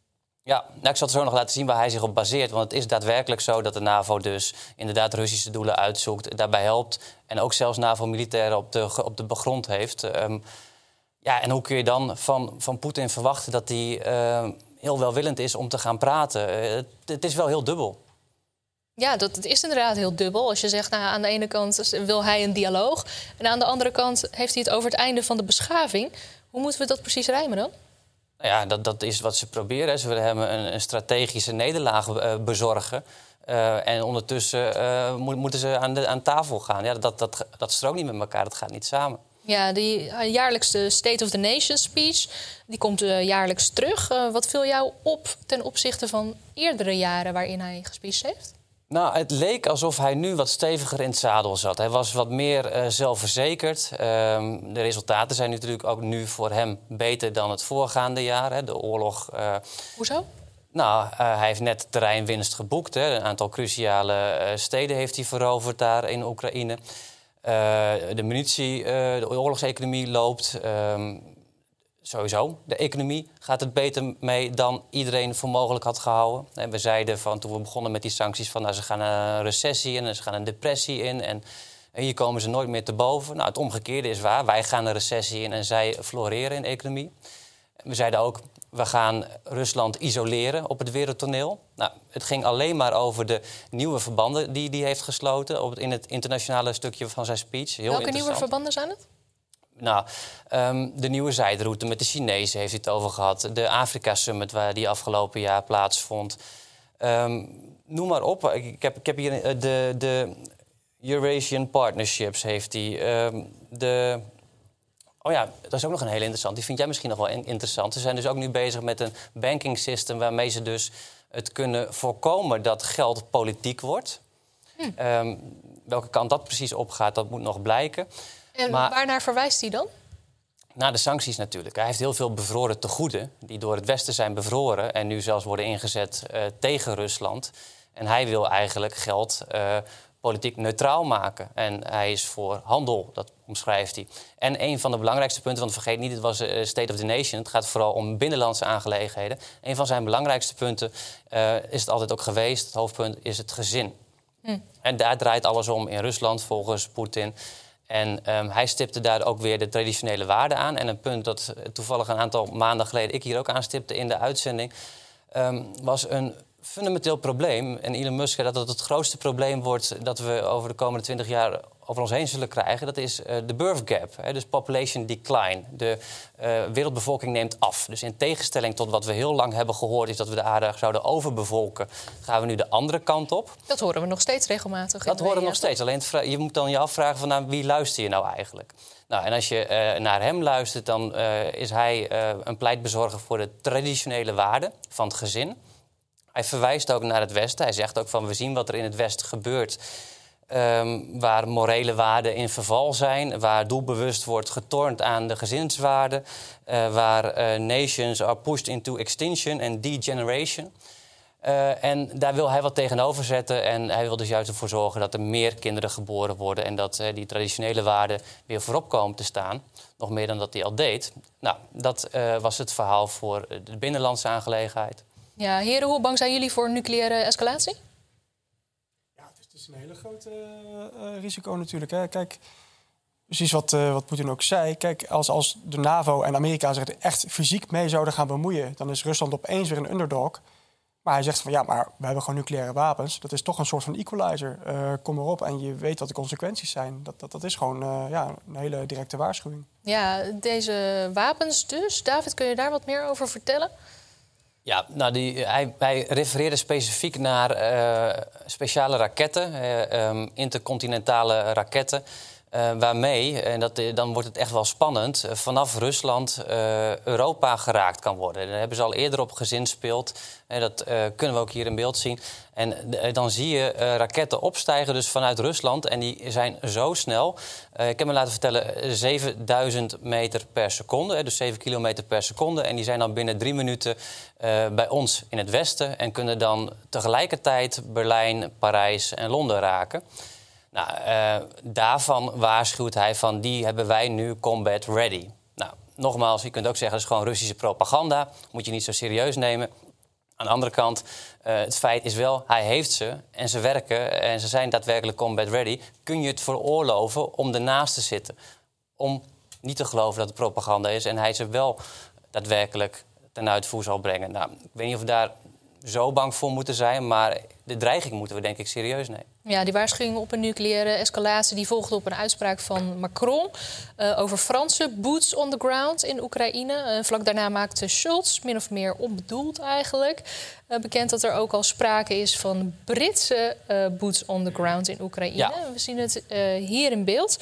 Ja, nou, ik zal het zo nog laten zien waar hij zich op baseert. Want het is daadwerkelijk zo dat de NAVO dus inderdaad Russische doelen uitzoekt, daarbij helpt en ook zelfs NAVO-militairen op de, op de grond heeft. Um, Ja, en hoe kun je dan van, van Poetin verwachten dat hij uh, heel welwillend is om te gaan praten? Uh, het, het is wel heel dubbel. Ja, dat, het is inderdaad heel dubbel. Als je zegt, nou, aan de ene kant wil hij een dialoog, en aan de andere kant heeft hij het over het einde van de beschaving. Hoe moeten we dat precies rijmen dan? Nou ja, dat, dat is wat ze proberen. Ze willen hem een, een strategische nederlaag uh, bezorgen. Uh, en ondertussen uh, mo- moeten ze aan, de, aan tafel gaan. Ja, dat, dat, dat strookt niet met elkaar, dat gaat niet samen. Ja, die jaarlijkse State of the Nation speech, die komt uh, jaarlijks terug. Uh, wat viel jou op ten opzichte van eerdere jaren waarin hij gespeecht heeft? Nou, het leek alsof hij nu wat steviger in het zadel zat. Hij was wat meer uh, zelfverzekerd. Uh, de resultaten zijn natuurlijk ook nu voor hem beter dan het voorgaande jaar. Hè. De oorlog. Uh, Hoezo? Nou, uh, hij heeft net terreinwinst geboekt. Hè. Een aantal cruciale uh, steden heeft hij veroverd daar in Oekraïne. Uh, de munitie, uh, de oorlogseconomie loopt. Uh, sowieso, de economie gaat het beter mee dan iedereen voor mogelijk had gehouden. En we zeiden van toen we begonnen met die sancties van, nou, ze gaan een recessie in en ze gaan een depressie in. En, en hier komen ze nooit meer te boven. Nou, het omgekeerde is waar. Wij gaan een recessie in en zij floreren in de economie. We zeiden ook, we gaan Rusland isoleren op het wereldtoneel. Nou, het ging alleen maar over de nieuwe verbanden die hij heeft gesloten op het, in het internationale stukje van zijn speech. Heel Welke nieuwe verbanden zijn het? Nou, um, de nieuwe zijderoute met de Chinezen heeft hij het over gehad. De Afrika-summit waar die afgelopen jaar plaatsvond. Um, noem maar op. Ik, ik, heb, ik heb hier uh, de, de Eurasian Partnerships heeft hij. Um, de... Oh ja, dat is ook nog een heel interessant. Die vind jij misschien nog wel interessant. Ze zijn dus ook nu bezig met een banking system waarmee ze dus het kunnen voorkomen dat geld politiek wordt. Hm. Um, welke kant dat precies opgaat, dat moet nog blijken. En maar, waarnaar verwijst hij dan? Naar de sancties natuurlijk. Hij heeft heel veel bevroren tegoeden die door het Westen zijn bevroren en nu zelfs worden ingezet uh, tegen Rusland. En hij wil eigenlijk geld uh, politiek neutraal maken. En hij is voor handel, dat omschrijft hij. En een van de belangrijkste punten, want vergeet niet, het was uh, State of the Nation. Het gaat vooral om binnenlandse aangelegenheden. Een van zijn belangrijkste punten uh, is het altijd ook geweest. Het hoofdpunt is het gezin. Hm. En daar draait alles om in Rusland, volgens Poetin. En um, hij stipte daar ook weer de traditionele waarden aan. En een punt dat toevallig een aantal maanden geleden ik hier ook aanstipte in de uitzending, Um, was een fundamenteel probleem. En Elon Musk zei dat het het grootste probleem wordt dat we over de komende twintig jaar over ons heen zullen krijgen. Dat is uh, de birth gap, hè, dus population decline. De uh, wereldbevolking neemt af. Dus in tegenstelling tot wat we heel lang hebben gehoord, is dat we de aarde zouden overbevolken, gaan we nu de andere kant op. Dat horen we nog steeds regelmatig. Dat horen we nog steeds. Alleen het, je moet dan je afvragen van nou, wie luister je nou eigenlijk? Nou, en als je uh, naar hem luistert, dan uh, is hij uh, een pleitbezorger voor de traditionele waarden van het gezin. Hij verwijst ook naar het Westen. Hij zegt ook van we zien wat er in het Westen gebeurt. Um, waar morele waarden in verval zijn. Waar doelbewust wordt getornd aan de gezinswaarden. Uh, waar uh, nations are pushed into extinction and degeneration. Uh, en daar wil hij wat tegenover zetten. En hij wil dus juist ervoor zorgen dat er meer kinderen geboren worden. En dat uh, die traditionele waarden weer voorop komen te staan. Nog meer dan dat hij al deed. Nou, dat uh, was het verhaal voor de binnenlandse aangelegenheid. Ja, heren, hoe bang zijn jullie voor nucleaire escalatie? Ja, het is, het is een hele grote uh, risico natuurlijk. Hè. Kijk, precies wat, uh, wat Poetin ook zei. Kijk, als, als de NAVO en Amerika zich er echt fysiek mee zouden gaan bemoeien, dan is Rusland opeens weer een underdog. Maar hij zegt van ja, maar we hebben gewoon nucleaire wapens. Dat is toch een soort van equalizer. Uh, kom erop en je weet wat de consequenties zijn. Dat, dat, dat is gewoon uh, ja, een hele directe waarschuwing. Ja, deze wapens dus. David, kun je daar wat meer over vertellen? Ja, nou die, hij, hij refereerde specifiek naar uh, speciale raketten, uh, um, intercontinentale raketten. Uh, waarmee, en dat, dan wordt het echt wel spannend, uh, vanaf Rusland uh, Europa geraakt kan worden. Daar hebben ze al eerder op gezinspeeld. Uh, dat uh, kunnen we ook hier in beeld zien. En uh, dan zie je uh, raketten opstijgen dus vanuit Rusland. En die zijn zo snel. Uh, ik heb me laten vertellen, zevenduizend meter per seconde. Uh, dus zeven kilometer per seconde. En die zijn dan binnen drie minuten uh, bij ons in het westen. En kunnen dan tegelijkertijd Berlijn, Parijs en Londen raken. Nou, uh, daarvan waarschuwt hij van die hebben wij nu combat ready. Nou, nogmaals, je kunt ook zeggen dat is gewoon Russische propaganda. Moet je niet zo serieus nemen. Aan de andere kant, uh, het feit is wel, hij heeft ze en ze werken en ze zijn daadwerkelijk combat ready. Kun je het veroorloven om ernaast te zitten? Om niet te geloven dat het propaganda is en hij ze wel daadwerkelijk ten uitvoer zal brengen. Nou, ik weet niet of we daar zo bang voor moeten zijn, maar de dreiging moeten we denk ik serieus nemen. Ja, die waarschuwing op een nucleaire escalatie die volgde op een uitspraak van Macron uh, over Franse boots on the ground in Oekraïne. Uh, vlak daarna maakte Scholz, min of meer onbedoeld eigenlijk, uh, bekend dat er ook al sprake is van Britse uh, boots on the ground in Oekraïne. Ja. We zien het uh, hier in beeld.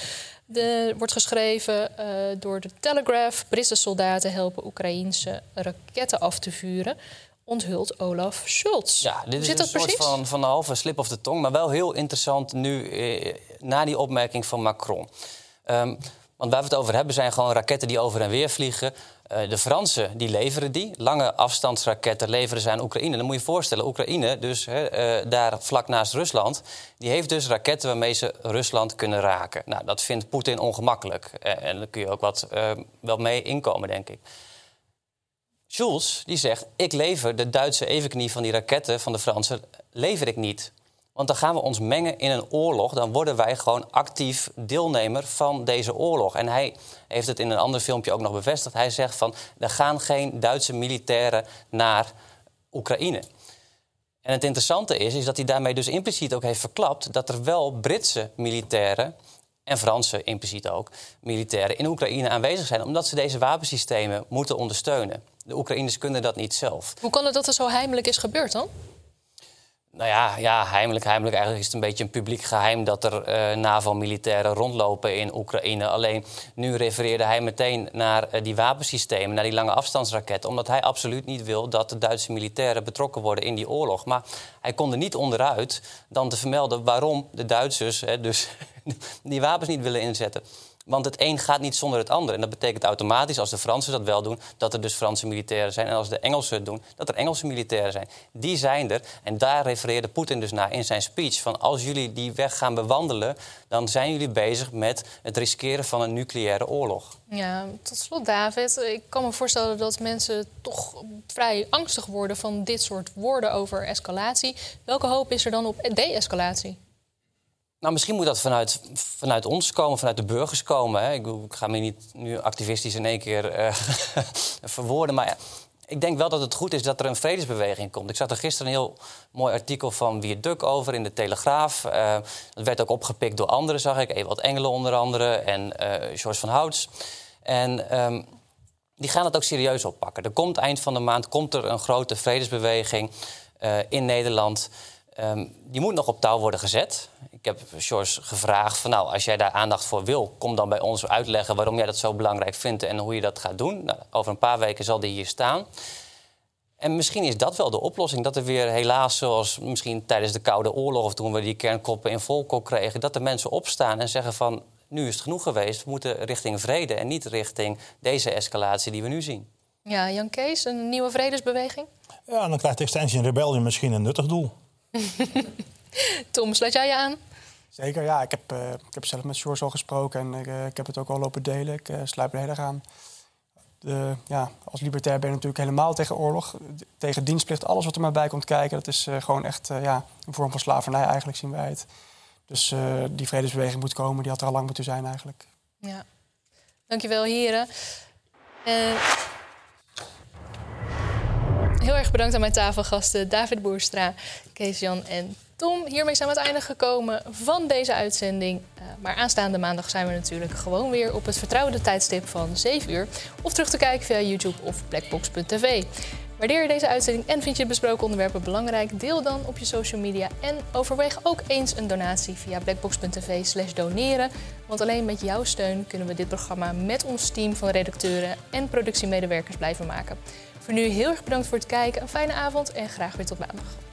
Er wordt geschreven uh, door de Telegraph. Britse soldaten helpen Oekraïense raketten af te vuren. Onthult Olaf Scholz. Ja, dit is een soort precies? van, van een halve slip of de tong. Maar wel heel interessant nu, eh, na die opmerking van Macron. Um, want waar we het over hebben zijn gewoon raketten die over en weer vliegen. Uh, de Fransen die leveren die. Lange afstandsraketten leveren ze aan Oekraïne. Dan moet je je voorstellen, Oekraïne, dus he, uh, daar vlak naast Rusland, die heeft dus raketten waarmee ze Rusland kunnen raken. Nou, dat vindt Poetin ongemakkelijk. Uh, en daar kun je ook wat uh, wel mee inkomen, denk ik. Scholz die zegt, ik lever de Duitse evenknie van die raketten van de Fransen, lever ik niet. Want dan gaan we ons mengen in een oorlog. Dan worden wij gewoon actief deelnemer van deze oorlog. En hij heeft het in een ander filmpje ook nog bevestigd. Hij zegt van, er gaan geen Duitse militairen naar Oekraïne. En het interessante is, is dat hij daarmee dus impliciet ook heeft verklapt dat er wel Britse militairen en Franse impliciet ook militairen in Oekraïne aanwezig zijn, omdat ze deze wapensystemen moeten ondersteunen. De Oekraïners kunnen dat niet zelf. Hoe kan het dat er zo heimelijk is gebeurd dan? Nou ja, ja heimelijk, heimelijk. Eigenlijk is het een beetje een publiek geheim dat er uh, NAVO-militairen rondlopen in Oekraïne. Alleen nu refereerde hij meteen naar uh, die wapensystemen, naar die lange afstandsraketten. Omdat hij absoluut niet wil dat de Duitse militairen betrokken worden in die oorlog. Maar hij kon er niet onderuit dan te vermelden waarom de Duitsers hè, dus die wapens niet willen inzetten. Want het een gaat niet zonder het ander. En dat betekent automatisch, als de Fransen dat wel doen, dat er dus Franse militairen zijn. En als de Engelsen het doen, dat er Engelse militairen zijn. Die zijn er. En daar refereerde Poetin dus naar in zijn speech. Van als jullie die weg gaan bewandelen, dan zijn jullie bezig met het riskeren van een nucleaire oorlog. Ja, tot slot David. Ik kan me voorstellen dat mensen toch vrij angstig worden van dit soort woorden over escalatie. Welke hoop is er dan op de-escalatie? Nou, misschien moet dat vanuit, vanuit ons komen, vanuit de burgers komen. Hè. Ik, ik ga me niet nu activistisch in één keer uh, verwoorden. Maar ja, ik denk wel dat het goed is dat er een vredesbeweging komt. Ik zag er gisteren een heel mooi artikel van Wierduk over in de Telegraaf. Uh, dat werd ook opgepikt door anderen, zag ik. Ewald Engelen onder andere en uh, George van Houts. En um, die gaan het ook serieus oppakken. Er komt eind van de maand komt er een grote vredesbeweging uh, in Nederland. Um, die moet nog op touw worden gezet. Ik heb George gevraagd van nou, als jij daar aandacht voor wil, kom dan bij ons uitleggen waarom jij dat zo belangrijk vindt en hoe je dat gaat doen. Nou, over een paar weken zal die hier staan. En misschien is dat wel de oplossing. Dat er weer helaas, zoals misschien tijdens de Koude Oorlog of toen we die kernkoppen in Volkel kregen, dat de mensen opstaan en zeggen van nu is het genoeg geweest. We moeten richting vrede en niet richting deze escalatie die we nu zien. Ja, Jan Kees, een nieuwe vredesbeweging? Ja, dan krijgt Extinction Rebellion misschien een nuttig doel. Tom, sluit jij je aan? Zeker, ja. Ik heb, uh, ik heb zelf met George al gesproken en ik, uh, ik heb het ook al lopen delen. Ik uh, sluit er heel erg aan. De, ja, als libertair ben je natuurlijk helemaal tegen oorlog. Tegen dienstplicht, alles wat er maar bij komt kijken. Dat is uh, gewoon echt uh, ja, een vorm van slavernij eigenlijk, zien wij het. Dus uh, die vredesbeweging moet komen. Die had er al lang moeten zijn eigenlijk. Ja. Dankjewel, heren. Uh... Heel erg bedankt aan mijn tafelgasten David Boerstra, Kees-Jan en Tom. Hiermee zijn we aan het einde gekomen van deze uitzending. Uh, maar aanstaande maandag zijn we natuurlijk gewoon weer op het vertrouwde tijdstip van zeven uur. Of terug te kijken via YouTube of blackbox punt tv. Waardeer je deze uitzending en vind je besproken onderwerpen belangrijk? Deel dan op je social media en overweeg ook eens een donatie via blackbox punt tv slash doneren. Want alleen met jouw steun kunnen we dit programma met ons team van redacteuren en productiemedewerkers blijven maken. Voor nu heel erg bedankt voor het kijken, een fijne avond en graag weer tot maandag.